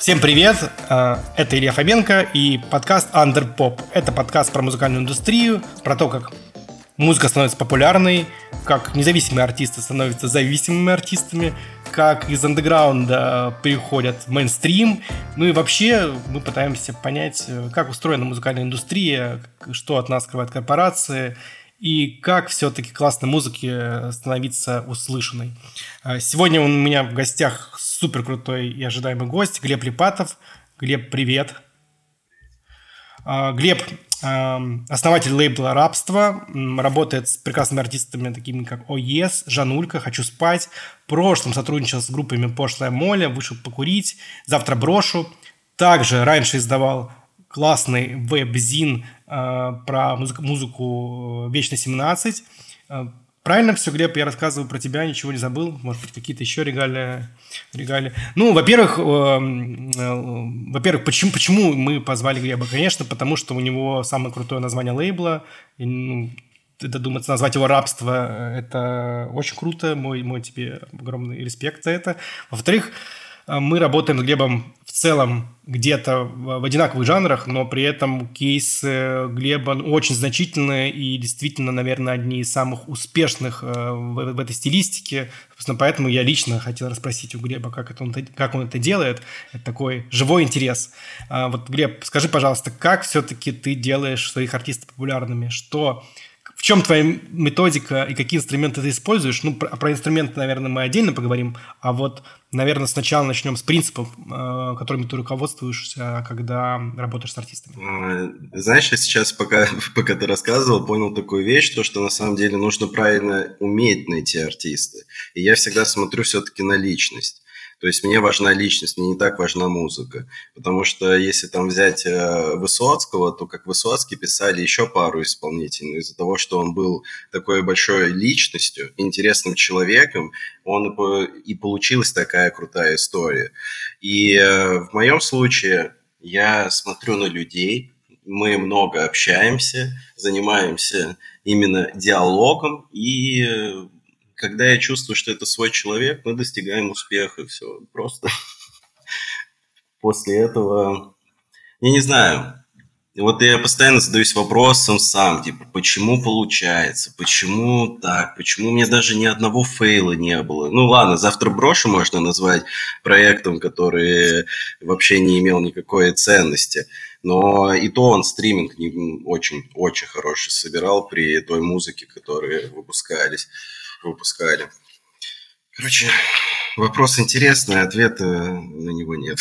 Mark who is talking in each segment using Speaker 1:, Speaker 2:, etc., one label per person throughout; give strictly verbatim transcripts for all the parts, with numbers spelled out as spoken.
Speaker 1: Всем привет, это Илья Фоменко и подкаст Underpop. Это подкаст про музыкальную индустрию, про то, как музыка становится популярной, как независимые артисты становятся зависимыми артистами, как из андеграунда переходят в мейнстрим. Ну и вообще мы пытаемся понять, как устроена музыкальная индустрия, что от нас скрывают корпорации и как все-таки классной музыке становиться услышанной. Сегодня у меня в гостях супер крутой и ожидаемый гость Глеб Липатов. Глеб, привет. Глеб – основатель лейбла «Рабство», работает с прекрасными артистами, такими как ОЕС, Жанулька, «Хочу спать». В прошлом сотрудничал с группами «Пошлая Молли», «Вышел покурить», «Завтра брошу». Также раньше издавал классный веб-зин э, про музыку, музыку «Вечно семнадцать». Э, правильно все, Глеб, я рассказываю про тебя, ничего не забыл? Может быть, какие-то еще регалии? регалии. Ну, во-первых, э, э, во-первых почему, почему мы позвали Глеба? Конечно, потому что у него самое крутое название лейбла. И, ну, додуматься назвать его «Рабство» – это очень круто. Мой, мой тебе огромный респект за это. Во-вторых, мы работаем с Глебом в целом где-то в одинаковых жанрах, но при этом кейсы Глеба очень значительные и действительно, наверное, одни из самых успешных в, в этой стилистике. Собственно, поэтому я лично хотел расспросить у Глеба, как, это он, как он это делает. Это такой живой интерес. Вот, Глеб, скажи, пожалуйста, как все-таки ты делаешь своих артистов популярными? Что... В чем твоя методика и какие инструменты ты используешь? Ну, про, про инструменты, наверное, мы отдельно поговорим, а вот, наверное, сначала начнем с принципов, э, которыми ты руководствуешься, когда работаешь с артистами.
Speaker 2: Знаешь, я сейчас, пока, пока ты рассказывал, понял такую вещь, то, что на самом деле нужно правильно уметь найти артиста. И я всегда смотрю все-таки на личность. То есть мне важна личность, мне не так важна музыка. Потому что если там взять э, Высоцкого, то как Высоцкий писали еще пару исполнителей. Но из-за того, что он был такой большой личностью, интересным человеком, он и, и получилась такая крутая история. И э, в моем случае я смотрю на людей, мы много общаемся, занимаемся именно диалогом и... Когда я чувствую, что это свой человек, мы достигаем успеха. Все просто. После этого, я не знаю, вот я постоянно задаюсь вопросом сам, типа, почему получается, почему так, почему у меня даже ни одного фейла не было. Ну ладно, «Завтра брошу» можно назвать проектом, который вообще не имел никакой ценности. Но и то он стриминг очень-очень хороший собирал при той музыке, которая выпускались. выпускали. Короче, вопрос интересный, ответа на него нет.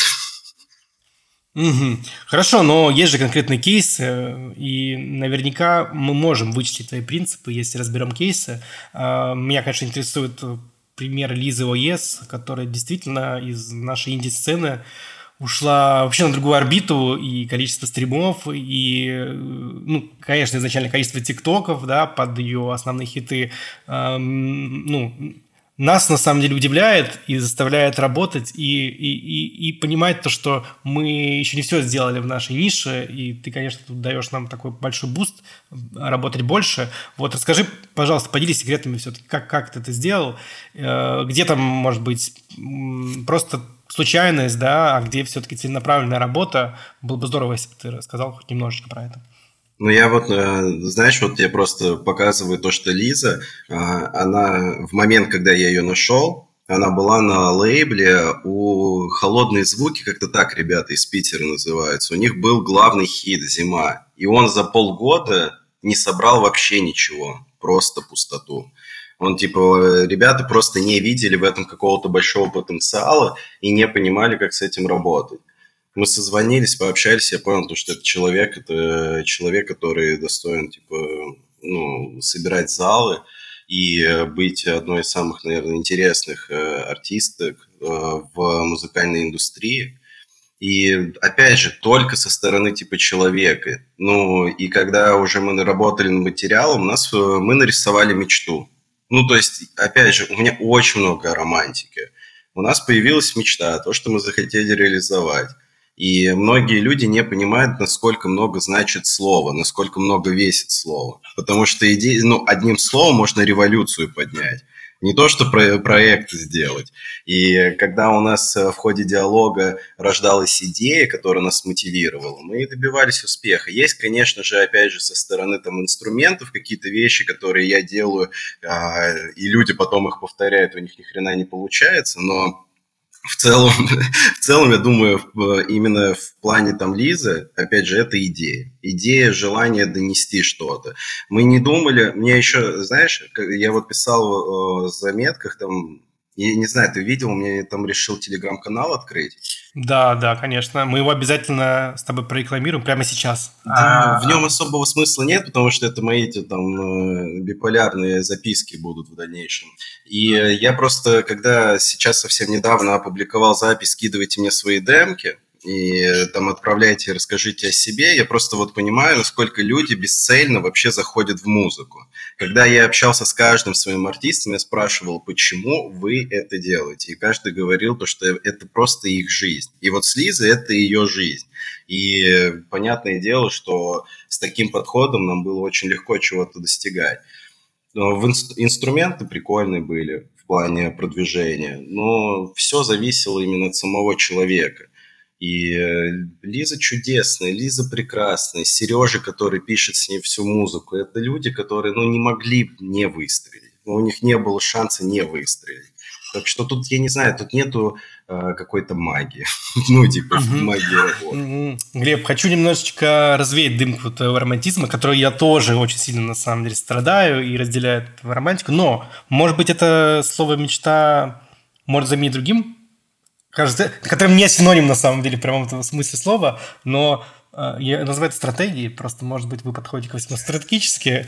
Speaker 1: Угу. Хорошо, но есть же конкретный кейс, и наверняка мы можем вычислить твои принципы, если разберем кейсы. Меня, конечно, интересует пример Лизы ОЕС, которая действительно из нашей инди-сцены ушла вообще на другую орбиту, и количество стримов, и, ну, конечно, изначально количество тиктоков, да, под ее основные хиты, э, ну, нас на самом деле удивляет и заставляет работать, и, и, и, и понимать то, что мы еще не все сделали в нашей нише, и ты, конечно, тут даешь нам такой большой буст работать больше. Вот расскажи, пожалуйста, поделись секретами все-таки, как, как ты это сделал, э, где там, может быть, просто... случайность, да, а где все-таки целенаправленная работа. Было бы здорово, если бы ты рассказал хоть немножечко про это.
Speaker 2: Ну, я вот, знаешь, вот я просто показываю то, что Лиза, она в момент, когда я ее нашел, она была на лейбле у «Холодные звуки», как-то так ребята из Питера называются. У них был главный хит «Зима». И он за полгода не собрал вообще ничего, просто пустоту. Он, типа, ребята просто не видели в этом какого-то большого потенциала и не понимали, как с этим работать. Мы созвонились, пообщались, я понял, что это человек, это человек, который достоин, типа, ну, собирать залы и быть одной из самых, наверное, интересных артисток в музыкальной индустрии. И, опять же, только со стороны, типа, человека. Ну, и когда уже мы работали над материалом, у нас, мы нарисовали мечту. Ну, то есть, опять же, у меня очень много романтики. У нас появилась мечта, то, что мы захотели реализовать. И многие люди не понимают, насколько много значит слово, насколько много весит слово. Потому что идея, ну, одним словом можно революцию поднять. Не то, что про- проект сделать. И когда у нас э, в ходе диалога рождалась идея, которая нас мотивировала, мы добивались успеха. Есть, конечно же, опять же, со стороны там инструментов какие-то вещи, которые я делаю, а, и люди потом их повторяют, у них ни хрена не получается, но в целом, в целом, я думаю, именно в плане там Лизы, опять же, это идея. Идея, желание донести что-то. Мы не думали, мне еще, знаешь, я вот писал в заметках там, я не знаю, ты видел, мне там решил телеграм-канал открыть.
Speaker 1: Да, да, конечно. Мы его обязательно с тобой прорекламируем прямо сейчас.
Speaker 2: Да, в
Speaker 1: А,
Speaker 2: нем особого смысла нет, потому что это мои эти там э, биполярные записки будут в дальнейшем. И э, я просто, когда сейчас совсем недавно опубликовал запись «Скидывайте мне свои демки», и э, там отправляйте, расскажите о себе, я просто вот понимаю, насколько люди бесцельно вообще заходят в музыку. Когда я общался с каждым своим артистом, я спрашивал, почему вы это делаете. И каждый говорил, то, что это просто их жизнь. И вот с Лизой это ее жизнь. И понятное дело, что с таким подходом нам было очень легко чего-то достигать. Но в инст- инструменты прикольные были в плане продвижения, но все зависело именно от самого человека. И э, Лиза чудесная, Лиза прекрасная, Сережа, который пишет с ней всю музыку, это люди, которые, ну, не могли не выстрелить. Ну, у них не было шанса не выстрелить. Так что тут, я не знаю, тут нету э, какой-то магии. Ну, типа,
Speaker 1: мгм.
Speaker 2: магии работы.
Speaker 1: М, Глеб, хочу немножечко развеять дымку твоего романтизма, который я тоже очень сильно, на самом деле, страдаю и разделяю твою романтику. Но, может быть, это слово «мечта» может заменить другим? Кажется, который не синоним, на самом деле, в прямом этом смысле слова, но э, я называю это стратегией. Просто, может быть, вы подходите к этому стратегически.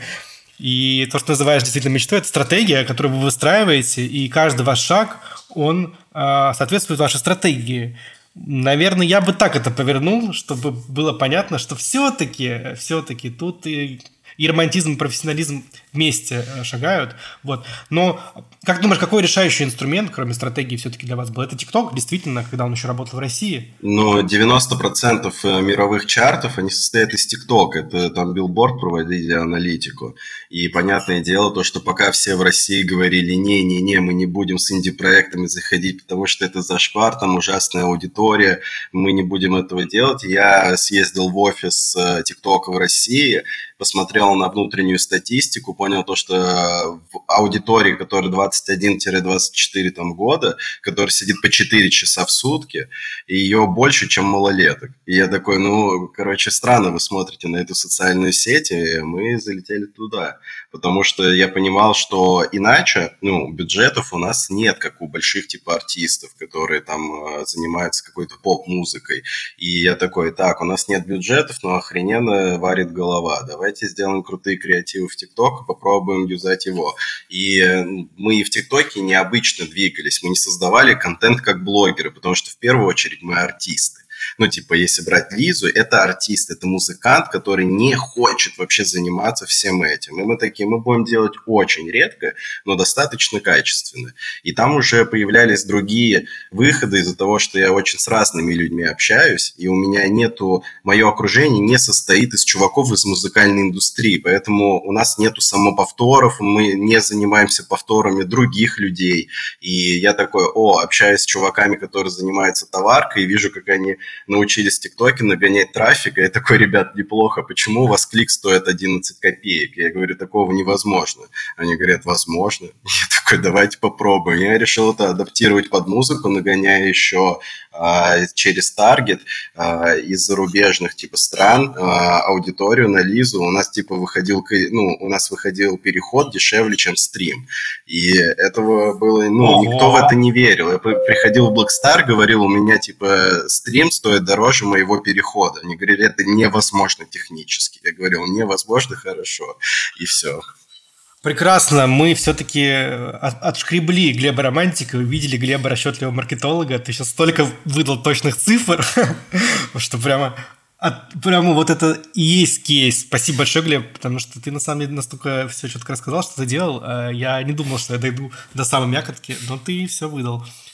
Speaker 1: И то, что называешь действительно мечтой, это стратегия, которую вы выстраиваете, и каждый ваш шаг, он э, соответствует вашей стратегии. Наверное, я бы так это повернул, чтобы было понятно, что все-таки, все-таки тут и, и романтизм, и профессионализм вместе э, шагают. Вот. Но как думаешь, какой решающий инструмент, кроме стратегии, все-таки для вас был? Это ТикТок, действительно, когда он еще работал в России?
Speaker 2: Но девяносто процентов мировых чартов, они состоят из ТикТока. Это там Билборд проводили аналитику. И понятное дело, то, что пока все в России говорили, не-не-не, мы не будем с инди-проектами заходить, потому что это зашквар, там ужасная аудитория, мы не будем этого делать. Я съездил в офис ТикТока в России, посмотрел на внутреннюю статистику, понял то, что в аудитории, которая двадцать один - двадцать четыре там, года, которая сидит по четыре часа в сутки, и ее больше, чем малолеток. И я такой, ну, короче, странно вы смотрите на эту социальную сеть, и мы залетели туда. Потому что я понимал, что иначе, ну, бюджетов у нас нет, как у больших типа артистов, которые там занимаются какой-то поп-музыкой. И я такой, так, у нас нет бюджетов, но охрененно варит голова. Давайте сделаем крутые креативы в ТикТок и попробуем юзать его. И мы в ТикТоке необычно двигались. Мы не создавали контент как блогеры, потому что в первую очередь мы артисты. Ну, типа, если брать Лизу, это артист, это музыкант, который не хочет вообще заниматься всем этим. И мы такие, мы будем делать очень редко, но достаточно качественно. И там уже появлялись другие выходы из-за того, что я очень с разными людьми общаюсь, и у меня нету, мое окружение не состоит из чуваков из музыкальной индустрии, поэтому у нас нету самоповторов, мы не занимаемся повторами других людей. И я такой, о, общаюсь с чуваками, которые занимаются товаркой, и вижу, как они научились в ТикТоке нагонять трафик, и я такой, ребят, неплохо, почему у вас клик стоит одиннадцать копеек? Я говорю, такого невозможно. Они говорят, возможно. Я такой, давайте попробуем. Я решил это адаптировать под музыку, нагоняя еще а, через таргет а, из зарубежных типа стран а, аудиторию на Лизу. У нас типа выходил, ну, у нас выходил переход дешевле, чем стрим. И этого было, ну, никто в это не верил. Я приходил в Blackstar, говорил, у меня типа стрим стоит дороже моего перехода. Они говорили, это невозможно технически. Я говорил, невозможно, хорошо. И все.
Speaker 1: Прекрасно, мы все-таки от, отшкребли Глеба романтика, увидели Глеба расчетливого маркетолога. Ты сейчас столько выдал точных цифр, что прямо, от, прямо вот это и есть кейс. Спасибо большое, Глеб, потому что ты на самом деле настолько все четко рассказал, что ты делал. Я не думал, что я дойду до самой мякотки, но ты все выдал.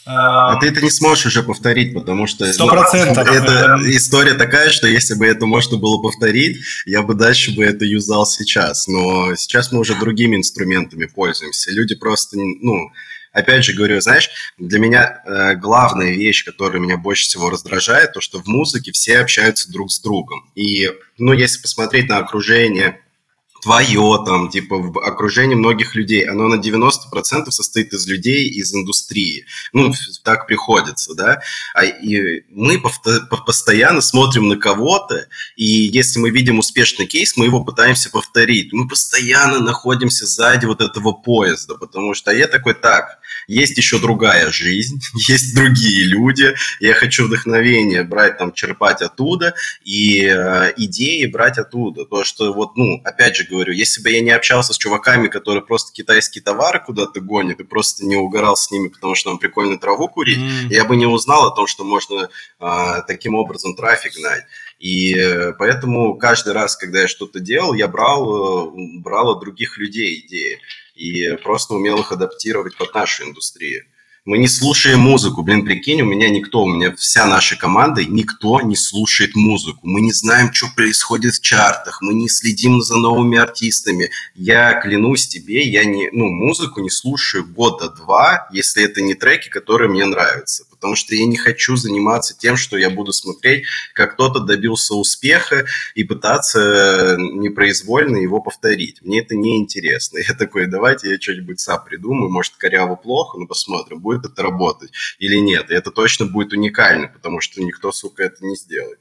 Speaker 2: А ты это не сможешь уже повторить, потому что
Speaker 1: Сто
Speaker 2: ну,
Speaker 1: процентов.
Speaker 2: это история такая, что если бы это можно было повторить, я бы дальше бы это юзал сейчас. Но сейчас мы уже другими инструментами пользуемся. Люди просто, ну, опять же говорю, знаешь, для меня э, главная вещь, которая меня больше всего раздражает, то, что в музыке все общаются друг с другом. И, ну, если посмотреть на окружение твое, там, типа, в окружении многих людей, оно на девяносто процентов состоит из людей, из индустрии. Ну, так приходится, да. А, и мы повто- постоянно смотрим на кого-то, и если мы видим успешный кейс, мы его пытаемся повторить. Мы постоянно находимся сзади вот этого поезда, потому что я такой, так, есть еще другая жизнь, есть другие люди, я хочу вдохновение брать, там, черпать оттуда, и э, идеи брать оттуда. То, что вот, ну, опять же говорю, если бы я не общался с чуваками, которые просто китайские товары куда-то гонят, и просто не угорал с ними, потому что нам прикольно траву курить,
Speaker 1: Mm.
Speaker 2: я бы не узнал о том, что можно э, таким образом трафик гнать. И э, поэтому каждый раз, когда я что-то делал, я брал, э, брал от других людей идеи и просто умел их адаптировать под нашу индустрию. Мы не слушаем музыку. Блин, прикинь, у меня никто, у меня вся наша команда, никто не слушает музыку. Мы не знаем, что происходит в чартах, мы не следим за новыми артистами. Я клянусь тебе, я не, ну, музыку не слушаю года два, если это не треки, которые мне нравятся. Потому что я не хочу заниматься тем, что я буду смотреть, как кто-то добился успеха и пытаться непроизвольно его повторить. Мне это не интересно. Я такой, давайте я что-нибудь сам придумаю, может, коряво плохо, но посмотрим, будет это работать или нет. И это точно будет уникально, потому что никто, сука, это не сделает.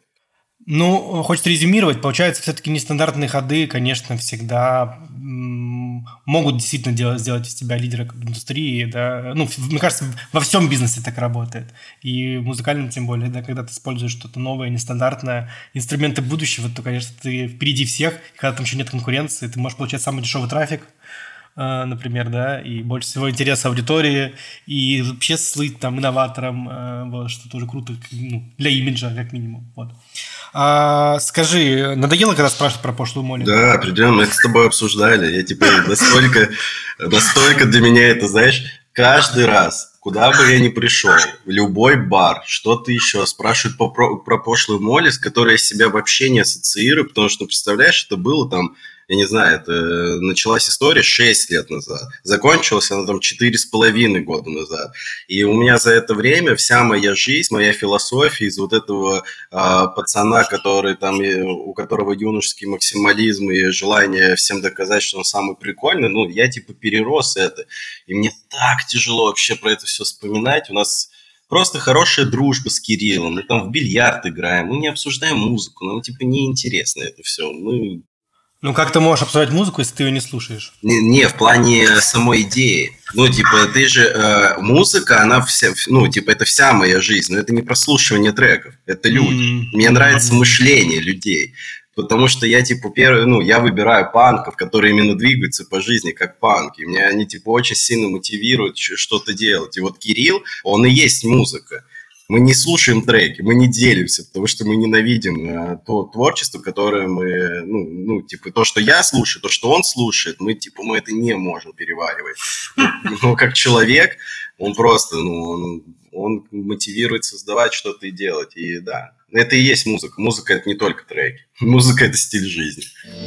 Speaker 1: Ну, хочется резюмировать. Получается, все-таки нестандартные ходы, конечно, всегда м, могут действительно делать, сделать из тебя лидера индустрии. Да? Ну, мне кажется, во всем бизнесе так работает. И в музыкальном тем более, да, когда ты используешь что-то новое, нестандартное, инструменты будущего, то, конечно, ты впереди всех. И когда там еще нет конкуренции, ты можешь получать самый дешевый трафик, например, да, и больше всего интереса аудитории, и вообще слыть там инноватором, вот, что тоже круто, ну, для имиджа, как минимум, вот. А, скажи, надоело когда спрашивать про пошлую Молли?
Speaker 2: Да, определенно, мы это с тобой обсуждали, я типа настолько, настолько для меня это, знаешь, каждый раз, куда бы я ни пришел, в любой бар, что-то еще, спрашивают по, про, про пошлую Молли, с которой я себя вообще не ассоциирую, потому что, ну, представляешь, это было там, я не знаю, это началась история шесть лет назад, закончилась она там четыре с половиной года назад. И у меня за это время вся моя жизнь, моя философия из вот этого а, пацана, который там, у которого юношеский максимализм и желание всем доказать, что он самый прикольный, ну, я типа перерос это. И мне так тяжело вообще про это все вспоминать. У нас просто хорошая дружба с Кириллом. Мы там в бильярд играем, мы не обсуждаем музыку, нам типа неинтересно это все. Мы
Speaker 1: Ну, как ты можешь обсуждать музыку, если ты ее не слушаешь?
Speaker 2: Не, не, в плане самой идеи. Ну, типа, ты же... Э, музыка, она вся... Ну, типа, это вся моя жизнь. Но это не прослушивание треков. Это люди.
Speaker 1: Mm-hmm.
Speaker 2: Мне нравится мышление людей. Потому что я, типа, первый... Ну, я выбираю панков, которые именно двигаются по жизни как панки. Меня они, типа, очень сильно мотивируют что-то делать. И вот Кирилл, он и есть музыка. Мы не слушаем треки, мы не делимся, потому что мы ненавидим э, то творчество, которое мы, ну, ну, типа, то, что я слушаю, то, что он слушает, мы, типа, мы это не можем переваривать. Но как человек, он просто, ну, он, он мотивирует создавать что-то и делать, и да. Это и есть музыка. Музыка – это не только треки. Музыка – это стиль жизни.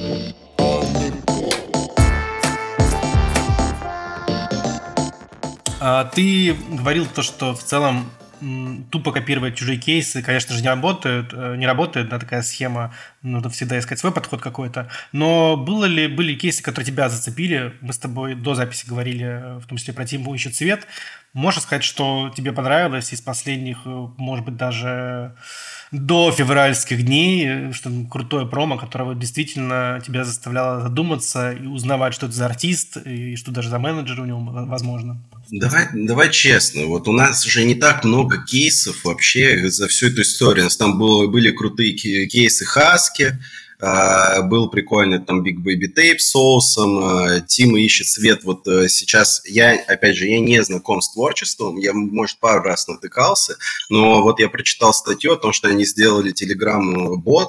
Speaker 1: А, ты говорил то, что в целом тупо копировать чужие кейсы, конечно же, не работают, не работает, да, такая схема, нужно всегда искать свой подход какой-то. Но было ли, были кейсы, которые тебя зацепили? Мы с тобой до записи говорили, в том числе про Тиму «Ищет свет». Можешь сказать, что тебе понравилось из последних, может быть, даже до февральских дней, что крутое промо, которое действительно тебя заставляло задуматься и узнавать, что это за артист, и что даже за менеджер у него, возможно?
Speaker 2: Давай, давай честно, вот у нас уже не так много кейсов вообще за всю эту историю. У нас там было, были крутые кейсы Хаски, Uh, был прикольный там Big Baby Tape с соусом, uh, Тима ищет свет. Вот uh, сейчас я, опять же, я не знаком с творчеством, я, может, пару раз натыкался, но вот я прочитал статью о том, что они сделали Telegram-бот,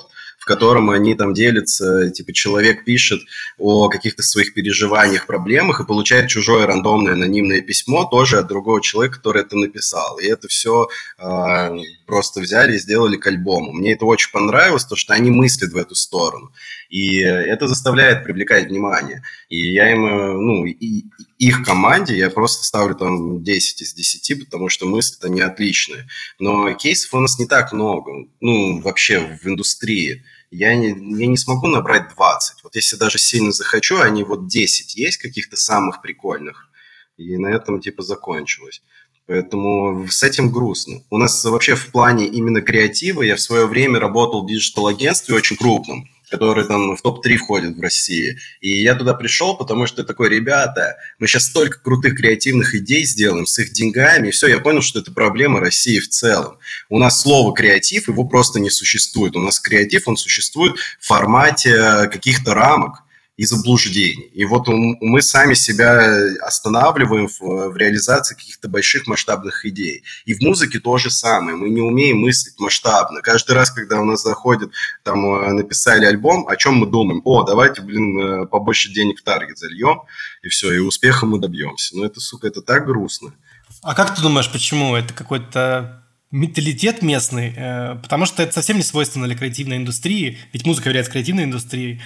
Speaker 2: в котором они там делятся, типа человек пишет о каких-то своих переживаниях, проблемах и получает чужое рандомное анонимное письмо тоже от другого человека, который это написал. И это все э, просто взяли и сделали к альбому. Мне это очень понравилось, то, что они мыслят в эту сторону. И это заставляет привлекать внимание. И я им, ну, и их команде я просто ставлю там десять из десяти, потому что мысли-то не отличные. Но кейсов у нас не так много, ну, вообще в индустрии. Я не, я не смогу набрать двадцать. Вот если даже сильно захочу, они вот десять есть каких-то самых прикольных. И на этом типа закончилось. Поэтому с этим грустно. У нас вообще в плане именно креатива я в свое время работал в диджитал-агентстве очень крупном, который там в топ три входит в России. И я туда пришел, потому что такой, ребята, мы сейчас столько крутых креативных идей сделаем с их деньгами, и все, я понял, что это проблема России в целом. У нас слово «креатив», его просто не существует. У нас креатив, он существует в формате каких-то рамок и заблуждений. И вот мы сами себя останавливаем в, в реализации каких-то больших масштабных идей. И в музыке то же самое. Мы не умеем мыслить масштабно. Каждый раз, когда у нас заходит, там, написали альбом, о чем мы думаем? О, давайте, блин, побольше денег в таргет зальем, и все, и успеха мы добьемся. Но это, сука, это так грустно.
Speaker 1: А как ты думаешь, почему? Это какой-то менталитет местный? Потому что это совсем не свойственно для креативной индустрии, ведь музыка является креативной индустрией.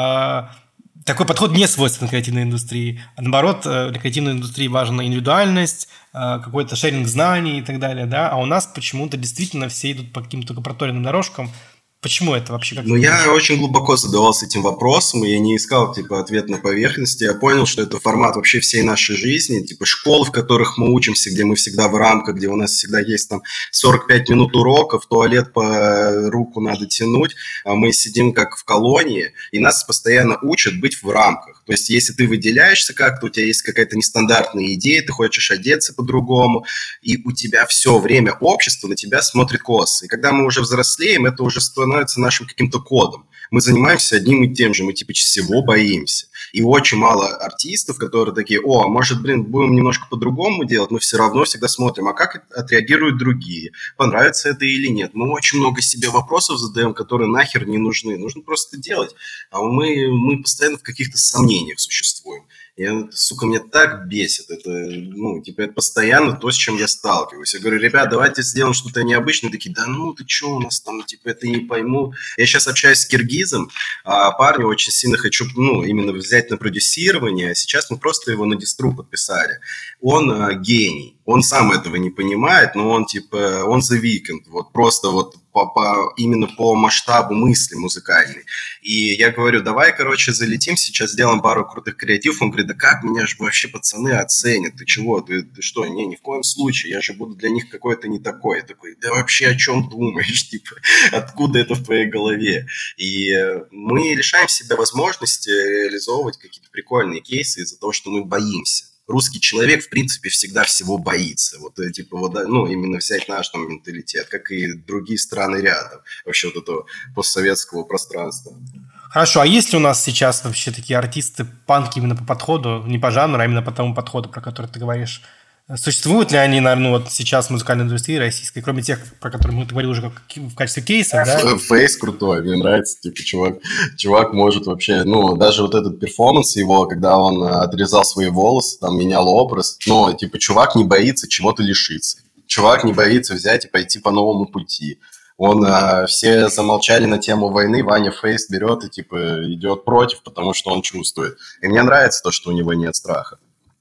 Speaker 1: Такой подход не свойственен креативной индустрии. А наоборот, для креативной индустрии важна индивидуальность, какой-то шеринг знаний и так далее. Да? А у нас почему-то действительно все идут по каким-то проторенным дорожкам. Почему это вообще? Как
Speaker 2: ну, я очень глубоко задавался этим вопросом, и я не искал, типа, ответ на поверхности. Я понял, что это формат вообще всей нашей жизни, типа, школ, в которых мы учимся, где мы всегда в рамках, где у нас всегда есть там сорок пять минут урока, в туалет по руку надо тянуть, а мы сидим как в колонии, и нас постоянно учат быть в рамках. То есть, если ты выделяешься как-то, у тебя есть какая-то нестандартная идея, ты хочешь одеться по-другому, и у тебя все время общество на тебя смотрит косо. И когда мы уже взрослеем, это уже становится нашим каким-то кодом. Мы занимаемся одним и тем же, мы типа всего боимся. И очень мало артистов, которые такие, о, может, блин, будем немножко по-другому делать, мы все равно всегда смотрим, а как отреагируют другие, понравится это или нет. Мы очень много себе вопросов задаем, которые нахер не нужны, нужно просто делать. А мы, мы постоянно в каких-то сомнениях существуем. И это, сука, меня так бесит. Это, ну, типа, это постоянно то, с чем я сталкиваюсь. Я говорю, ребят, давайте сделаем что-то необычное. Такие, да ну, ты что у нас там, типа, это не пойму. Я сейчас общаюсь с киргизом, а парня очень сильно хочу, ну, именно взять на продюсирование. А сейчас мы просто его на дистру подписали. Он а, гений. Он сам этого не понимает, но он, типа, он The Weeknd. Вот просто вот по, по, именно по масштабу мысли музыкальной. И я говорю, давай, короче, залетим сейчас, сделаем пару крутых креативов. Он говорит, да как, меня же вообще пацаны оценят, ты чего, ты, ты что, не, ни в коем случае, я же буду для них какой-то не такой. Я такой, да вообще о чем думаешь, типа, откуда это в твоей голове? И мы лишаем себя возможности реализовывать какие-то прикольные кейсы из-за того, что мы боимся. Русский человек, в принципе, всегда всего боится. Вот, типа, вот, ну, именно взять наш там менталитет, как и другие страны рядом, вообще вот этого постсоветского пространства.
Speaker 1: Хорошо, а есть ли у нас сейчас вообще такие артисты, панки именно по подходу, не по жанру, а именно по тому подходу, про который ты говоришь? Существуют ли они, наверное, вот сейчас в музыкальной индустрии российской, кроме тех, про которые мы говорили уже как, в качестве кейсов, да?
Speaker 2: Фейс крутой, мне нравится, типа, чувак, чувак может вообще, ну, даже вот этот перформанс его, когда он отрезал свои волосы, там, менял образ, ну, типа, чувак не боится чего-то лишиться, чувак не боится взять и пойти по новому пути. Он, а, все замолчали на тему войны, Ваня Фейс берет и, типа, идет против, потому что он чувствует. И мне нравится то, что у него нет страха.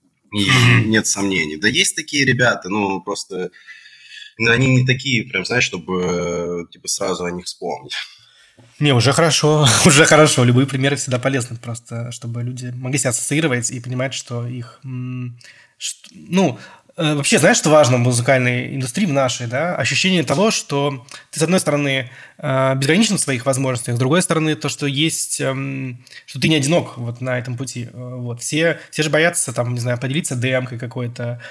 Speaker 2: И нет сомнений. Да есть такие ребята, ну, просто... Ну, они не такие, прям, знаешь, чтобы, типа, сразу о них вспомнить.
Speaker 1: Не, уже хорошо, уже хорошо. Любые примеры всегда полезны просто, чтобы люди могли себя ассоциировать и понимать, что их... Что, ну, вообще, знаешь, что важно в музыкальной индустрии, в нашей, да? Ощущение того, что ты, с одной стороны, безграничен в своих возможностях, с другой стороны, то, что есть, что ты не одинок вот на этом пути. Вот. Все, все же боятся, там, не знаю, поделиться демкой какой-то,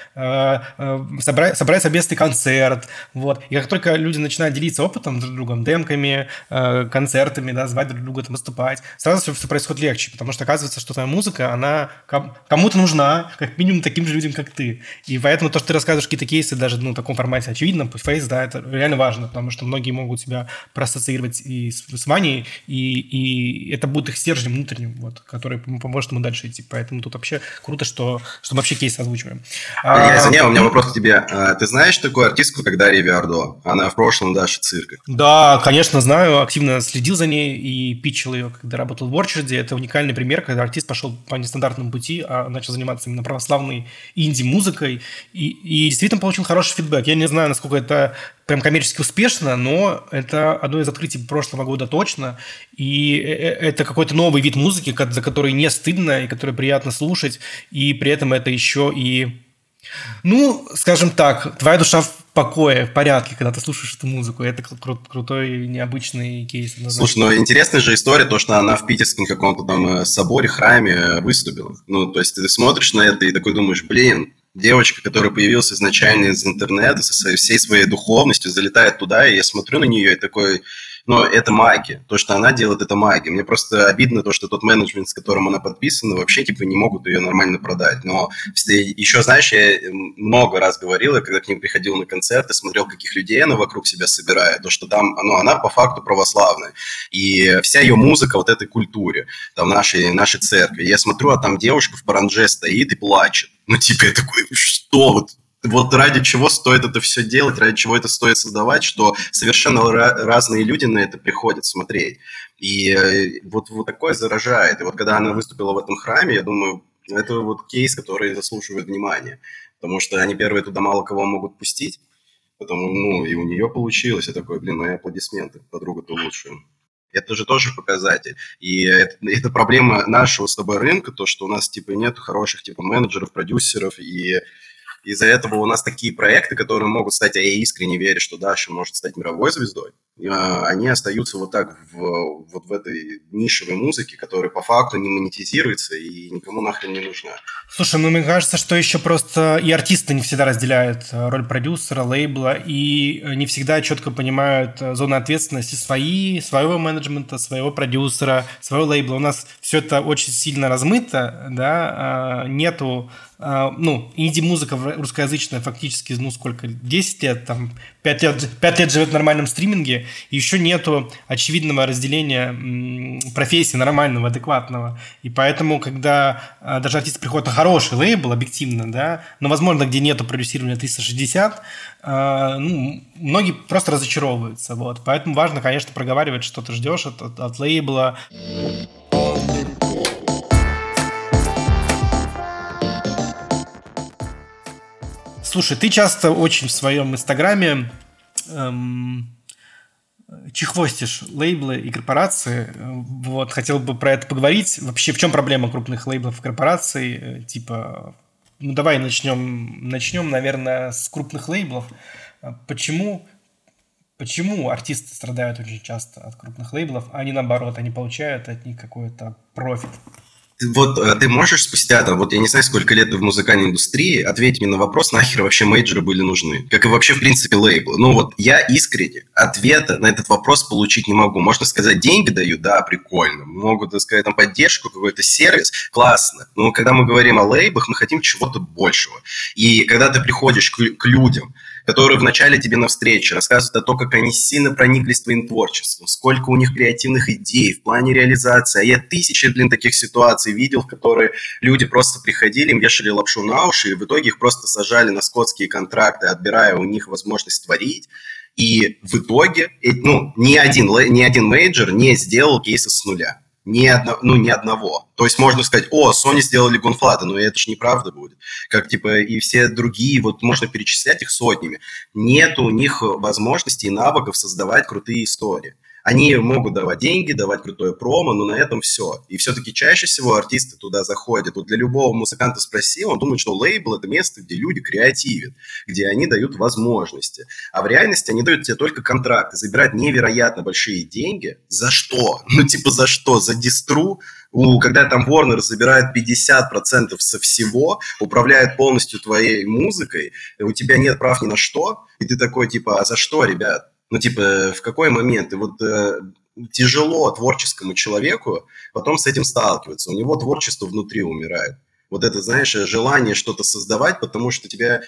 Speaker 1: собрать, собрать совместный концерт. Вот. И как только люди начинают делиться опытом друг с другом, демками, концертами, да, звать друг друга там, выступать, сразу все, все происходит легче, потому что оказывается, что твоя музыка, она кому-то нужна, как минимум таким же людям, как ты. И поэтому то, что ты рассказываешь какие-то кейсы, даже ну, в таком формате очевидно, фейс, да, это реально важно, потому что многие могут себя проассоциировать и с, с Ваней, и, и это будет их стержнем внутренним, вот, который поможет ему дальше идти. Поэтому тут вообще круто, что, что мы вообще кейсы озвучиваем.
Speaker 2: Я
Speaker 1: А,
Speaker 2: извиняюсь, у меня вопрос к тебе. А, ты знаешь такую артистку, как Дарья Виардо? Она в прошлом Даша Цирка.
Speaker 1: Да, конечно, знаю, активно следил за ней и питчил ее, когда работал в Orchard. Это уникальный пример, когда артист пошел по нестандартному пути, а начал заниматься именно православной инди-музыкой и, и действительно получил хороший фидбэк. Я не знаю, насколько это прям коммерчески успешно, но это одно из открытий прошлого года точно. И это какой-то новый вид музыки, за который не стыдно и который приятно слушать. И при этом это еще и... Ну, скажем так, твоя душа в покое, в порядке, когда ты слушаешь эту музыку. Это кру- крутой, необычный кейс.
Speaker 2: Слушай, ну интересная же история, то, что она в питерском каком-то там соборе, храме выступила. Ну, то есть ты смотришь на это и такой думаешь, блин, девочка, которая появилась изначально из интернета, со своей, всей своей духовностью, залетает туда, и я смотрю на нее и такой... Но это магия. То, что она делает, это магия. Мне просто обидно то, что тот менеджмент, с которым она подписана, вообще типа не могут ее нормально продать. Но еще, знаешь, я много раз говорил, я когда к ним приходил на концерты, смотрел, каких людей она вокруг себя собирает, то, что там, ну, она по факту православная. И вся ее музыка вот этой культуре, там, нашей, нашей церкви. Я смотрю, а там девушка в паранже стоит и плачет. Ну, типа, я такой, что вот? Вот ради чего стоит это все делать, ради чего это стоит создавать, что совершенно разные люди на это приходят смотреть. И вот, вот такое заражает. И вот когда она выступила в этом храме, я думаю, это вот кейс, который заслуживает внимания. Потому что они первые туда мало кого могут пустить. Потому, ну, и у нее получилось. Я такой, блин, мои аплодисменты. Подруга-то лучшая. Это же тоже показатель. И это, это проблема нашего с тобой рынка, то, что у нас типа нет хороших типа менеджеров, продюсеров, и из-за этого у нас такие проекты, которые могут стать, а я искренне верю, что Даша может стать мировой звездой, они остаются вот так в, вот в этой нишевой музыке, которая по факту не монетизируется и никому нахрен не нужна.
Speaker 1: Слушай, ну мне кажется, что еще просто и артисты не всегда разделяют роль продюсера, лейбла, и не всегда четко понимают зоны ответственности свои, своего менеджмента, своего продюсера, своего лейбла. У нас все это очень сильно размыто, да, нету... Ну, инди-музыка русскоязычная фактически, ну, сколько, десять лет, там, пять лет, пять лет живет в нормальном стриминге, и еще нету очевидного разделения профессии нормального, адекватного. И поэтому, когда даже артисты приходят на хороший лейбл, объективно, да, но, возможно, где нету продюсирования триста шестьдесят, ну, многие просто разочаровываются, вот. Поэтому важно, конечно, проговаривать, что ты ждешь от, от, от лейбла. Слушай, ты часто очень в своем инстаграме эм, чехвостишь лейблы и корпорации. Вот, хотел бы про это поговорить. Вообще, в чем проблема крупных лейблов и корпораций? Типа, ну давай начнем, начнем, наверное, с крупных лейблов. Почему, почему артисты страдают очень часто от крупных лейблов, а не наоборот, они получают от них какой-то профит?
Speaker 2: Вот ты можешь спустя, там, вот я не знаю, сколько лет ты в музыкальной индустрии, ответить мне на вопрос, нахер вообще мейджоры были нужны? Как и вообще, в принципе, лейблы. Ну вот я искренне ответа на этот вопрос получить не могу. Можно сказать, деньги дают, да, прикольно. Могут сказать, там, поддержку, какой-то сервис, классно. Но когда мы говорим о лейблах, мы хотим чего-то большего. И когда ты приходишь к, к людям, которые вначале тебе навстречу рассказывают о том, как они сильно прониклись твоим творчеством, сколько у них креативных идей в плане реализации. А я тысячи, блин, таких ситуаций видел, в которые люди просто приходили, им вешали лапшу на уши, и в итоге их просто сажали на скотские контракты, отбирая у них возможность творить. И в итоге ну, ни, один, ни один мейджор не сделал кейса с нуля. Ни, одно, ну, ни одного. То есть можно сказать, о, Sony сделали Гонфлата, но это же неправда будет. Как, типа, и все другие, вот можно перечислять их сотнями. Нет у них возможности и навыков создавать крутые истории. Они могут давать деньги, давать крутое промо, но на этом все. И все-таки чаще всего артисты туда заходят. Вот для любого музыканта спроси, он думает, что лейбл – это место, где люди креативят, где они дают возможности. А в реальности они дают тебе только контракты, забирают невероятно большие деньги. За что? Ну, типа, за что? За дистру? У, когда там Warner забирает пятьдесят процентов со всего, управляет полностью твоей музыкой, у тебя нет прав ни на что, и ты такой, типа, а за что, ребят? Ну, типа, в какой момент? И вот э, тяжело творческому человеку потом с этим сталкиваться. У него творчество внутри умирает. Вот это, знаешь, желание что-то создавать, потому что тебя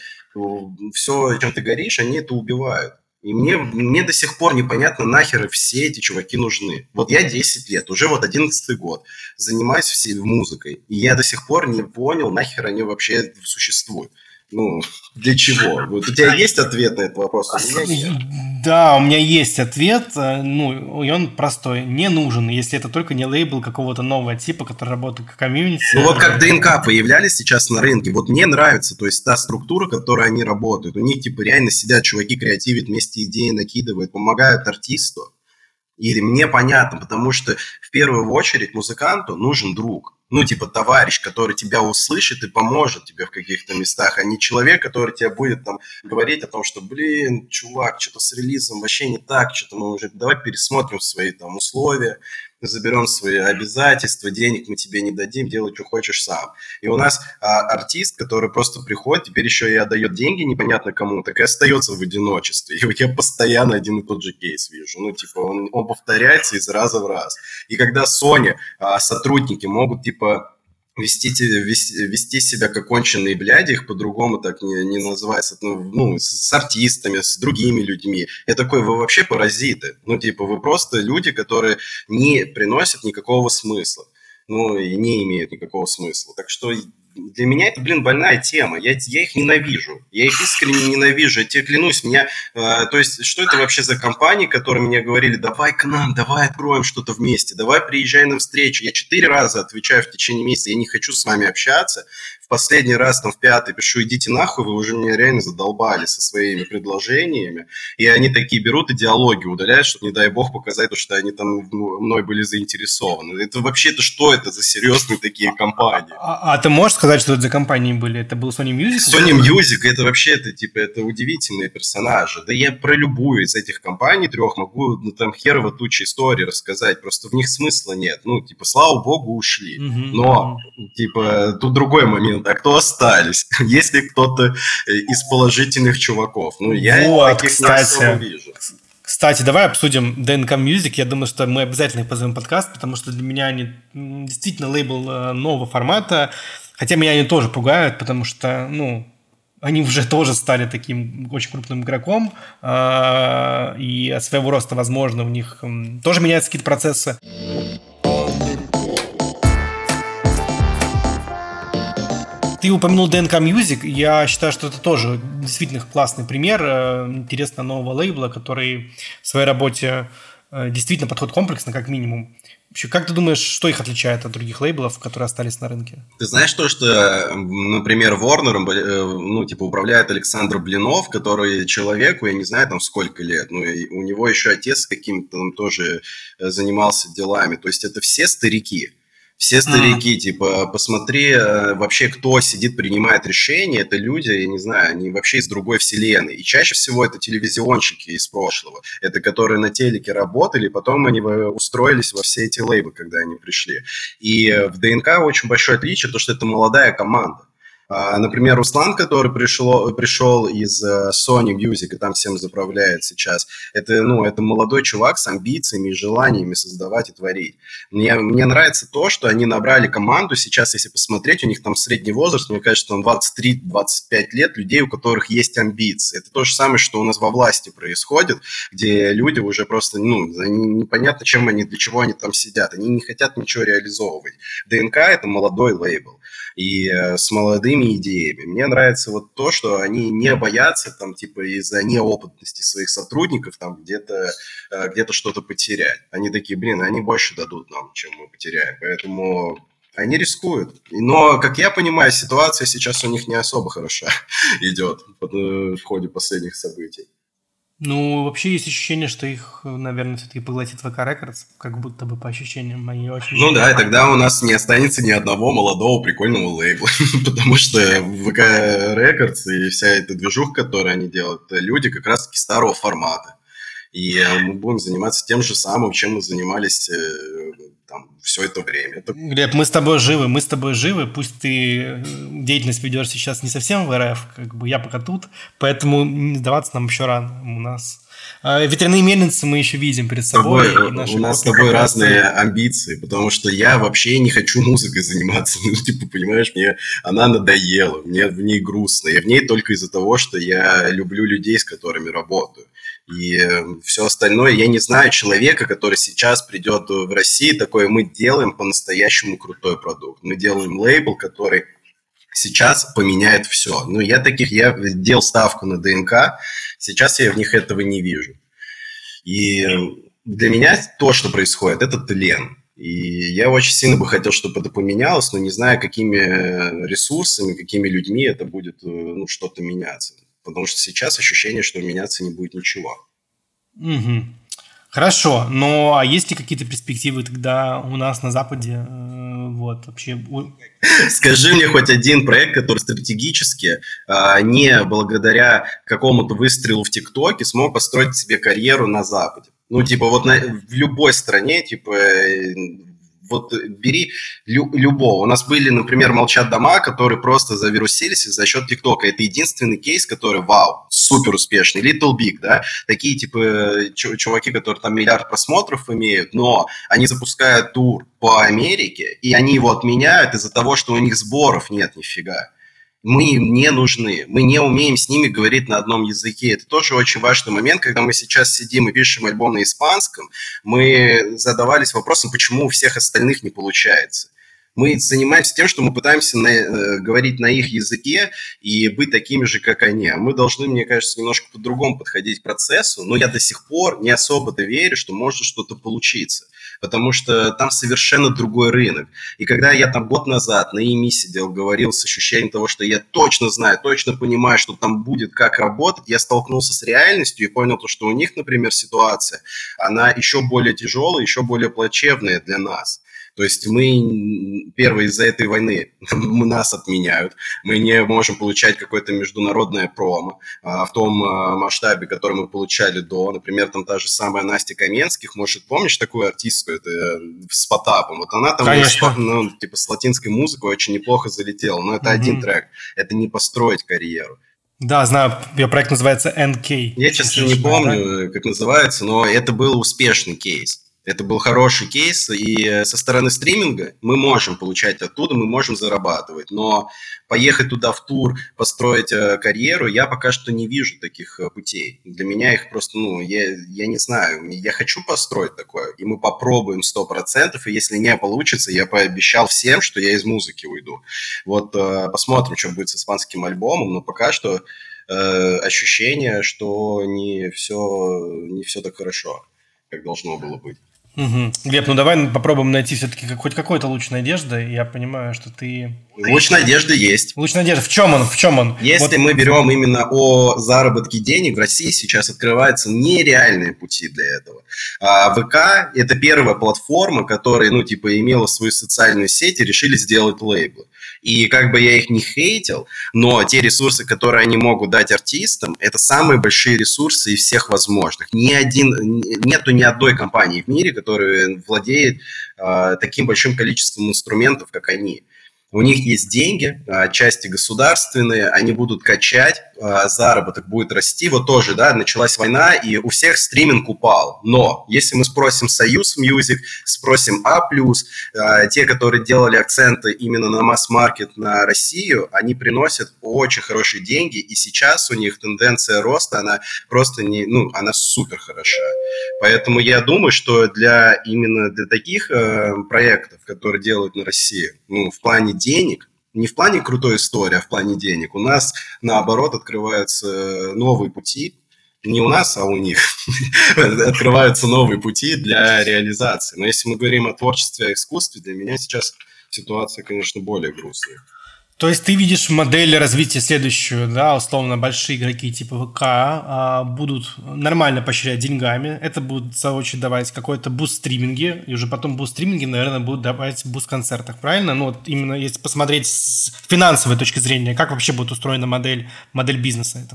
Speaker 2: все, чем ты горишь, они это убивают. И мне, мне до сих пор непонятно, нахер все эти чуваки нужны. Вот я десять лет, уже вот одиннадцатый год, занимаюсь всей музыкой, и я до сих пор не понял, нахер они вообще существуют. Ну, для чего? Вот у тебя есть ответ на этот вопрос? У меня нет.
Speaker 1: Да, у меня есть ответ, ну, и он простой. Не нужен, если это только не лейбл какого-то нового типа, который работает как комьюнити.
Speaker 2: Ну, вот как ДНК появлялись сейчас на рынке, вот мне нравится, то есть та структура, которой они работают. У них, типа, реально сидят чуваки, креативят, вместе идеи накидывают, помогают артисту. И мне понятно, потому что в первую очередь музыканту нужен друг. Ну, типа товарищ, который тебя услышит и поможет тебе в каких-то местах, а не человек, который тебе будет там говорить о том, что, блин, чувак, что-то с релизом вообще не так, что-то мы уже, давай пересмотрим свои там условия, заберем свои обязательства, денег мы тебе не дадим, делай, что хочешь сам. И у нас а, артист, который просто приходит, теперь еще и отдает деньги непонятно кому, так и остается в одиночестве. И вот я постоянно один и тот же кейс вижу. Ну, типа, он, он повторяется из раза в раз. И когда Sony, а, сотрудники могут, типа, Вести, вести, вести себя как конченые бляди, их по-другому так не, не называется, ну, ну, с, с артистами, с другими людьми. Я такой, вы вообще паразиты. Ну, типа, вы просто люди, которые не приносят никакого смысла. Ну, и не имеют никакого смысла. Так что для меня это, блин, больная тема. Я, я их ненавижу. Я их искренне ненавижу. Я тебе клянусь, меня... Э, то есть, что это вообще за компании, которые мне говорили, давай к нам, давай откроем что-то вместе, давай приезжай на встречу. Я четыре раза отвечаю в течение месяца, я не хочу с вами общаться. В последний раз, там, в пятый пишу, идите нахуй, вы уже меня реально задолбали со своими предложениями. И они такие берут и диалоги удаляют, чтобы, не дай бог, показать, то, что они там мной были заинтересованы. Это вообще-то что это за серьезные такие компании?
Speaker 1: А, а ты можешь сказать, что это за компании были? Это был Sony Music?
Speaker 2: Sony Music, это вообще, это, типа, это удивительные персонажи. Да я про любую из этих компаний трех могу, ну, там, херово туча историй рассказать, просто в них смысла нет. Ну, типа, слава богу, ушли. Mm-hmm. Но, типа, тут другой момент. А кто остались? Есть ли кто-то из положительных чуваков? Ну, я
Speaker 1: вот,
Speaker 2: таких
Speaker 1: кстати,
Speaker 2: не особо вижу.
Speaker 1: Кстати, давай обсудим ди эн кей Music. Я думаю, что мы обязательно их позовем в подкаст, потому что для меня они действительно лейбл нового формата. Хотя меня они тоже пугают, потому что, ну, они уже тоже стали таким очень крупным игроком, и от своего роста, возможно, у них тоже меняются какие-то процессы. Ты упомянул ди эн кей Music. Я считаю, что это тоже действительно классный пример интересного нового лейбла, который в своей работе действительно подходит комплексно, как минимум. Вообще, как ты думаешь, что их отличает от других лейблов, которые остались на рынке?
Speaker 2: Ты знаешь то, что, например, Warner, ну, типа, управляет Александр Блинов, который человеку, я не знаю, там, сколько лет, ну, и у него еще отец каким-то там тоже занимался делами. То есть это все старики. Все старики, mm. типа, посмотри вообще, кто сидит, принимает решения, это люди, я не знаю, они вообще из другой вселенной. И чаще всего это телевизионщики из прошлого. Это которые на телеке работали, потом они устроились во все эти лейблы, когда они пришли. И в ди эн кей очень большое отличие, то, что это молодая команда. Например, Руслан, который пришел, пришел из Sony Music и там всем заправляет сейчас, это, ну, это молодой чувак с амбициями и желаниями создавать и творить. Мне, мне нравится то, что они набрали команду. Сейчас, если посмотреть, у них там средний возраст, мне кажется, там двадцать три - двадцать пять лет людей, у которых есть амбиции. Это то же самое, что у нас во власти происходит, где люди уже просто, ну, непонятно, чем они, для чего они там сидят. Они не хотят ничего реализовывать. ди эн кей – это молодой лейбл. И э, с молодыми идеями. Мне нравится вот то, что они не боятся там типа из-за неопытности своих сотрудников там где-то, э, где-то что-то потерять. Они такие, блин, они больше дадут нам, чем мы потеряем. Поэтому они рискуют. Но, как я понимаю, ситуация сейчас у них не особо хороша идет в ходе последних событий.
Speaker 1: Ну, вообще есть ощущение, что их, наверное, все-таки поглотит ви кей Records, как будто бы по ощущениям они очень...
Speaker 2: Ну да, и тогда у нас не останется ни одного молодого прикольного лейбла, потому что ви кей Records и вся эта движуха, которую они делают, это люди как раз-таки старого формата. И мы будем заниматься тем же самым, чем мы занимались там все это время. Это...
Speaker 1: Глеб, мы с тобой живы, мы с тобой живы, пусть ты деятельность ведешь сейчас не совсем в эр эф, как бы я пока тут, поэтому не сдаваться нам еще рано. У нас А, ветряные мельницы мы еще видим перед
Speaker 2: С
Speaker 1: собой.
Speaker 2: тобой,
Speaker 1: И
Speaker 2: у
Speaker 1: наши
Speaker 2: нас с
Speaker 1: копии
Speaker 2: тобой
Speaker 1: как раз
Speaker 2: разные
Speaker 1: и-
Speaker 2: амбиции, потому что я вообще не хочу музыкой заниматься. Ну, типа, понимаешь, мне она надоела, мне в ней грустно. Я в ней только из-за того, что я люблю людей, с которыми работаю. И все остальное, я не знаю человека, который сейчас придет в Россию, такое мы делаем по-настоящему крутой продукт. Мы делаем лейбл, который сейчас поменяет все. Ну, я таких, я делал ставку на ДНК, сейчас я в них этого не вижу. И для меня то, что происходит, это тлен. И я очень сильно бы хотел, чтобы это поменялось, но не знаю, какими ресурсами, какими людьми это будет, ну, что-то меняться. Потому что сейчас ощущение, что меняться не будет ничего.
Speaker 1: Мгм. Хорошо, но а есть ли какие-то перспективы тогда у нас на Западе? э, Вот, вообще... у-
Speaker 2: Скажи мне хоть один проект, который стратегически, а, не благодаря какому-то выстрелу в ТикТоке смог построить себе карьеру на Западе. Ну, типа, вот на, в любой стране, типа, э, вот бери лю- любого. У нас были, например, «Молчат дома», которые просто завирусились за счет ТикТока. Это единственный кейс, который, вау, супер успешный. Little Big, да, такие, типа, чу- чуваки, которые там миллиард просмотров имеют, но они запускают тур по Америке, и они его отменяют из-за того, что у них сборов нет нифига. Мы им не нужны, мы не умеем с ними говорить на одном языке. Это тоже очень важный момент, когда мы сейчас сидим и пишем альбом на испанском, мы задавались вопросом, почему у всех остальных не получается. Мы занимаемся тем, что мы пытаемся на, э, говорить на их языке и быть такими же, как они. А мы должны, мне кажется, немножко по-другому подходить к процессу, но я до сих пор не особо-то верю, что может что-то получиться, потому что там совершенно другой рынок. И когда я там год назад на и эм и сидел, говорил с ощущением того, что я точно знаю, точно понимаю, что там будет, как работать, я столкнулся с реальностью и понял то, что у них, например, ситуация, она еще более тяжелая, еще более плачевная для нас. То есть мы, первое, из-за этой войны нас отменяют, мы не можем получать какое-то международное промо а, в том а, масштабе, который мы получали до. Например, там та же самая Настя Каменских, может, помнишь такую артистку, это э, с Потапом? Вот она там, с,
Speaker 1: Конечно.
Speaker 2: ну, типа, с латинской музыкой очень неплохо залетела, но это один
Speaker 1: Мгм.
Speaker 2: трек, это не построить карьеру.
Speaker 1: Да, знаю, ее проект называется эн кей,
Speaker 2: Я,
Speaker 1: если
Speaker 2: честно,
Speaker 1: не
Speaker 2: не
Speaker 1: ошибаюсь, да?
Speaker 2: помню, как называется, но это был успешный кейс. Это был хороший кейс, и со стороны стриминга мы можем получать оттуда, мы можем зарабатывать, но поехать туда в тур, построить э, карьеру, я пока что не вижу таких э, путей. Для меня их просто, ну, я, я не знаю, я хочу построить такое, и мы попробуем сто процентов, и если не получится, я пообещал всем, что я из музыки уйду. Вот э, посмотрим, что будет с испанским альбомом, но пока что э, ощущение, что не все, не все так хорошо, как должно было быть.
Speaker 1: Мгм. Глеб, ну давай попробуем найти все-таки хоть какой-то луч надежды. Я понимаю, что ты...
Speaker 2: Луч надежды есть.
Speaker 1: Луч надежды. В чем он? В чем он?
Speaker 2: Если
Speaker 1: Вот.
Speaker 2: мы берем именно о заработке денег, в России сейчас открываются нереальные пути для этого. А ВК – это первая платформа, которая, ну, типа, имела свою социальную сеть и решили сделать лейблы. И как бы я их не хейтил, но те ресурсы, которые они могут дать артистам, это самые большие ресурсы из всех возможных. Ни один, нету ни одной компании в мире, которая владеет э, таким большим количеством инструментов, как они. У них есть деньги, отчасти государственные, они будут качать, заработок будет расти. Вот тоже, да, началась война, и у всех стриминг упал. Но если мы спросим Союз Мьюзик, спросим А+, те, которые делали акценты именно на масс-маркет, на Россию, они приносят очень хорошие деньги, и сейчас у них тенденция роста, она просто не, ну, она супер хороша. Поэтому я думаю, что для именно для таких э, проектов, которые делают на России, ну, в плане денег, не в плане крутой истории, а в плане денег, у нас, наоборот, открываются новые пути. Не у нас, а у них открываются новые пути для реализации. Но если мы говорим о творчестве, о искусстве, для меня сейчас ситуация, конечно, более грустная.
Speaker 1: То есть ты видишь модель развития следующую, да, условно, большие игроки типа ВК а, будут нормально поощрять деньгами, это будет, в свою очередь, давать какой-то буст в стриминге, и уже потом буст в стриминге, наверное, будут давать буст в концертах, правильно? Ну, вот именно если посмотреть с финансовой точки зрения, как вообще будет устроена модель, модель бизнеса этого?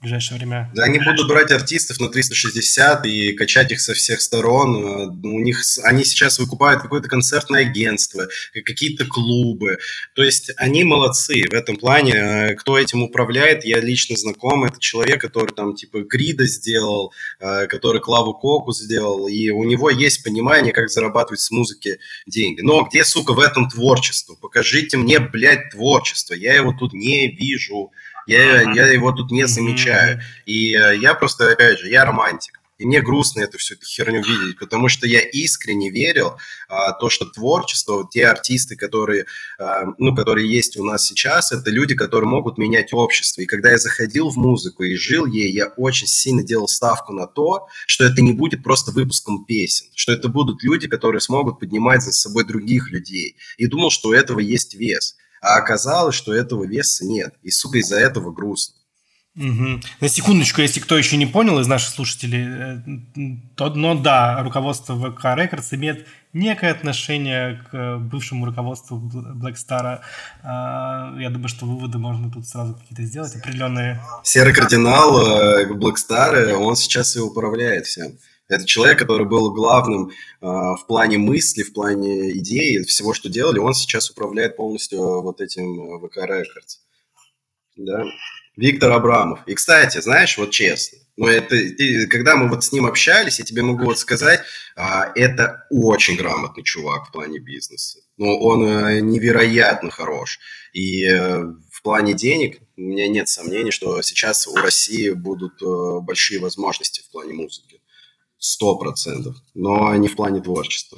Speaker 1: в ближайшее время?
Speaker 2: Да, они будут брать артистов на триста шестьдесят и качать их со всех сторон. У них, они сейчас выкупают какое-то концертное агентство, какие-то клубы. То есть они молодцы в этом плане. Кто этим управляет, я лично знаком. Это человек, который там типа Крида сделал, который Клаву Коку сделал. И у него есть понимание, как зарабатывать с музыки деньги. Но где, сука, в этом творчество? Покажите мне, блядь, творчество. Я его тут не вижу. Я, я его тут не замечаю. И э, я просто, опять же, я романтик. И мне грустно эту всю эту херню видеть, потому что я искренне верил а, то, что творчество, вот те артисты, которые, а, ну, которые есть у нас сейчас, это люди, которые могут менять общество. И когда я заходил в музыку и жил ей, я очень сильно делал ставку на то, что это не будет просто выпуском песен, что это будут люди, которые смогут поднимать за собой других людей. И думал, что у этого есть вес. А оказалось, что этого веса нет. И, сука, из-за этого грустно.
Speaker 1: Угу. На секундочку, если кто еще не понял из наших слушателей, то, ну да, руководство ви кей Records имеет некое отношение к бывшему руководству Black Star. Я думаю, что выводы можно тут сразу какие-то сделать, определенные.
Speaker 2: Серый кардинал Black Star, он сейчас и управляет всем. Это человек, который был главным э, в плане мысли, в плане идеи, всего, что делали. Он сейчас управляет полностью вот этим ви кей Records. Да. Виктор Абрамов. И, кстати, знаешь, вот честно, но это, ты, когда мы вот с ним общались, я тебе могу вот сказать, а, это очень грамотный чувак в плане бизнеса. Но он а, невероятно хорош. И а, в плане денег у меня нет сомнений, что сейчас у России будут а, большие возможности в плане музыки. Сто процентов. Но не в плане творчества.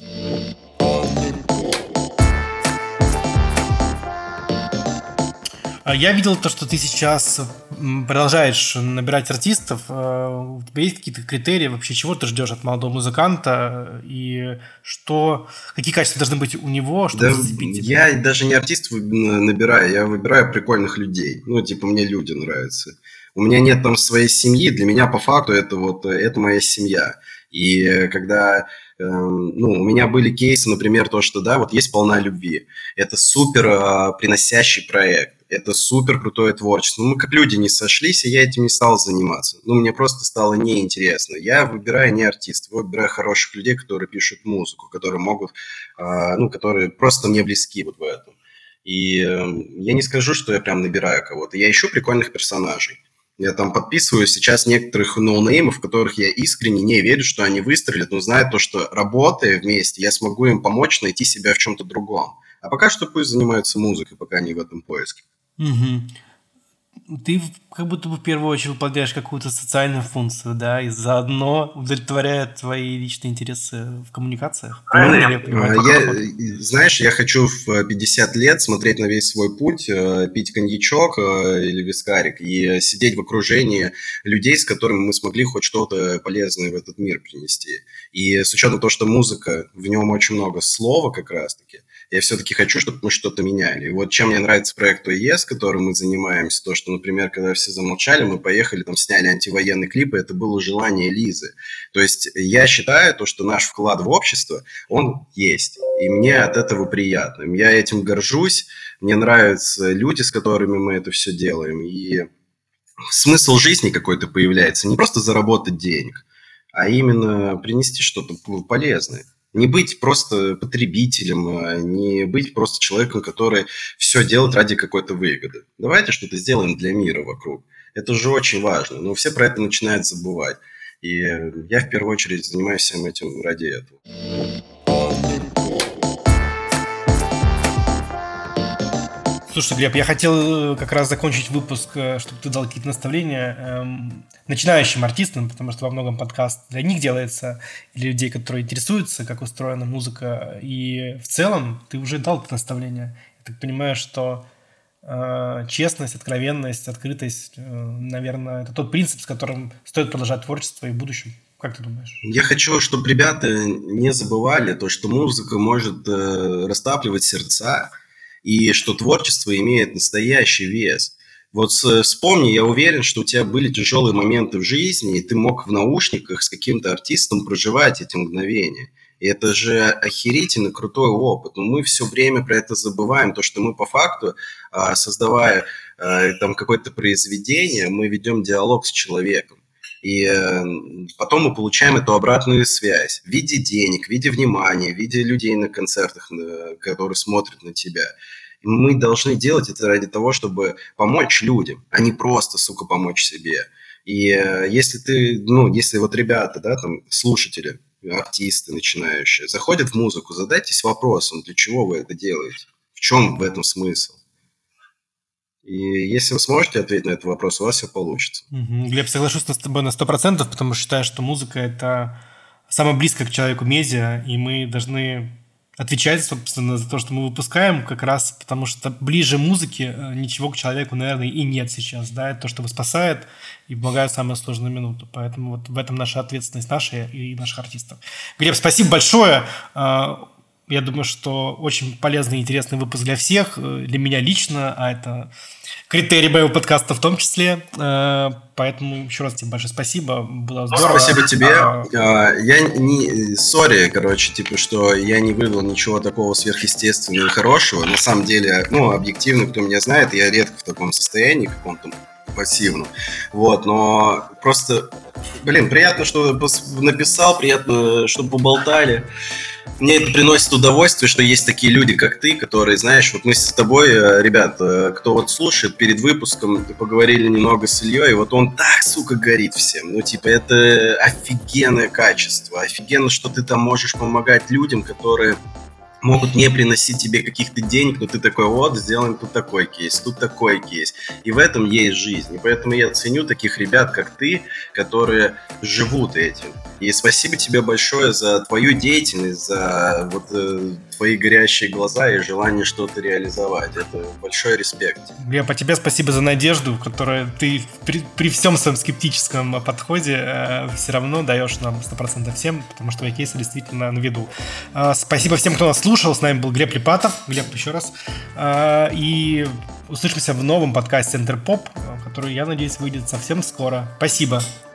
Speaker 1: Я видел то, что ты сейчас продолжаешь набирать артистов. У тебя есть какие-то критерии вообще, чего ты ждешь от молодого музыканта и что, какие качества должны быть у него, чтобы
Speaker 2: да,
Speaker 1: зацепить тебя?
Speaker 2: Я даже не артистов набираю, я выбираю прикольных людей. Ну, типа, мне люди нравятся. У меня нет там своей семьи, для меня по факту это вот, это моя семья. И когда, э, ну, у меня были кейсы, например, то, что, да, вот есть «Полна любви». Это супер э, приносящий проект, это супер крутое творчество. Ну, мы как люди не сошлись, и я этим не стал заниматься. Ну, мне просто стало неинтересно. Я выбираю не артистов, я выбираю хороших людей, которые пишут музыку, которые могут, э, ну, которые просто мне близки вот в этом. И э, я не скажу, что я прям набираю кого-то. Я ищу прикольных персонажей. Я там подписываю сейчас некоторых ноунеймов, в которых я искренне не верю, что они выстрелят, но знаю то, что работая вместе, я смогу им помочь найти себя в чем-то другом. А пока что пусть занимаются музыкой, пока они в этом поиске.
Speaker 1: Угу. Ты как будто бы в первую очередь выполняешь какую-то социальную функцию, да, и заодно удовлетворяет твои личные интересы в коммуникациях.
Speaker 2: Ну, я я, знаешь, я хочу в пятьдесят лет смотреть на весь свой путь, пить коньячок или вискарик и сидеть в окружении людей, с которыми мы смогли хоть что-то полезное в этот мир принести. И с учетом того, что музыка, в нем очень много слова как раз-таки, я все-таки хочу, чтобы мы что-то меняли. И вот чем мне нравится проект ОЕС, которым мы занимаемся, то, что, например, когда все замолчали, мы поехали, там, сняли антивоенный клип, и это было желание Лизы. То есть я считаю, то, что наш вклад в общество, он есть. И мне от этого приятно. Я этим горжусь. Мне нравятся люди, с которыми мы это все делаем. И смысл жизни какой-то появляется. Не просто заработать денег, а именно принести что-то полезное. Не быть просто потребителем, не быть просто человеком, который все делает ради какой-то выгоды. Давайте что-то сделаем для мира вокруг. Это же очень важно. Но все про это начинают забывать. И я в первую очередь занимаюсь всем этим ради этого.
Speaker 1: Слушай, Глеб, я хотел как раз закончить выпуск, чтобы ты дал какие-то наставления эм, начинающим артистам, потому что во многом подкаст для них делается, для людей, которые интересуются, как устроена музыка. И в целом ты уже дал это наставление. Я так понимаю, что э, честность, откровенность, открытость, э, наверное, это тот принцип, с которым стоит продолжать творчество и в будущем. Как ты думаешь?
Speaker 2: Я хочу, чтобы ребята не забывали то, что музыка может э, растапливать сердца, и что творчество имеет настоящий вес. Вот вспомни, я уверен, что у тебя были тяжелые моменты в жизни, и ты мог в наушниках с каким-то артистом проживать эти мгновения. И это же охерительно крутой опыт. Но мы все время про это забываем, то, что мы по факту, создавая э, там какое-то произведение, мы ведем диалог с человеком. И э, потом мы получаем эту обратную связь в виде денег, в виде внимания, в виде людей на концертах, э, которые смотрят на тебя. И мы должны делать это ради того, чтобы помочь людям, а не просто, сука, помочь себе. И э, если ты, ну, если вот ребята, да, там, слушатели, артисты начинающие, заходят в музыку, задайтесь вопросом, для чего вы это делаете, в чем в этом смысл. И если вы сможете ответить на этот вопрос, у вас все получится.
Speaker 1: Угу. Глеб, соглашусь с тобой на сто процентов, потому что считаю, что музыка – это самое близкое к человеку медиа, и мы должны отвечать, собственно, за то, что мы выпускаем, как раз потому что ближе музыки ничего к человеку, наверное, и нет сейчас. Да? Это то, что его спасает и помогает в самую сложную минуту. Поэтому вот в этом наша ответственность наша и наших артистов. Глеб, спасибо большое. Я думаю, что очень полезный и интересный выпуск для всех, для меня лично, а это критерий моего подкаста в том числе. Поэтому еще раз тебе большое спасибо. Было здорово.
Speaker 2: Спасибо тебе. А... Я не... Сори, короче, типа, что я не выдал ничего такого сверхъестественного и хорошего. На самом деле, ну, объективно, кто меня знает, я редко в таком состоянии каком-то пассивном. Вот, но просто, блин, приятно, что написал, приятно, что поболтали. Мне это приносит удовольствие, что есть такие люди, как ты, которые, знаешь, вот мы с тобой, ребят, кто вот слушает, перед выпуском поговорили немного с Ильей, и вот он так, сука, горит всем. Ну, типа, это офигенное качество, офигенно, что ты там можешь помогать людям, которые могут не приносить тебе каких-то денег, но ты такой, вот, сделаем тут такой кейс, тут такой кейс. И в этом есть жизнь. И поэтому я ценю таких ребят, как ты, которые живут этим. И спасибо тебе большое за твою деятельность, за вот э, твои горящие глаза и желание что-то реализовать. Это большой респект.
Speaker 1: Глеб, а тебе спасибо за надежду, которую ты при, при всем своем скептическом подходе э, все равно даешь нам сто процентов всем, потому что твои кейсы действительно на виду. Э, спасибо всем, кто нас слушал. С нами был Глеб Липатов. Глеб, еще раз. Э, и услышимся в новом подкасте Центр Поп, который, я надеюсь, выйдет совсем скоро. Спасибо.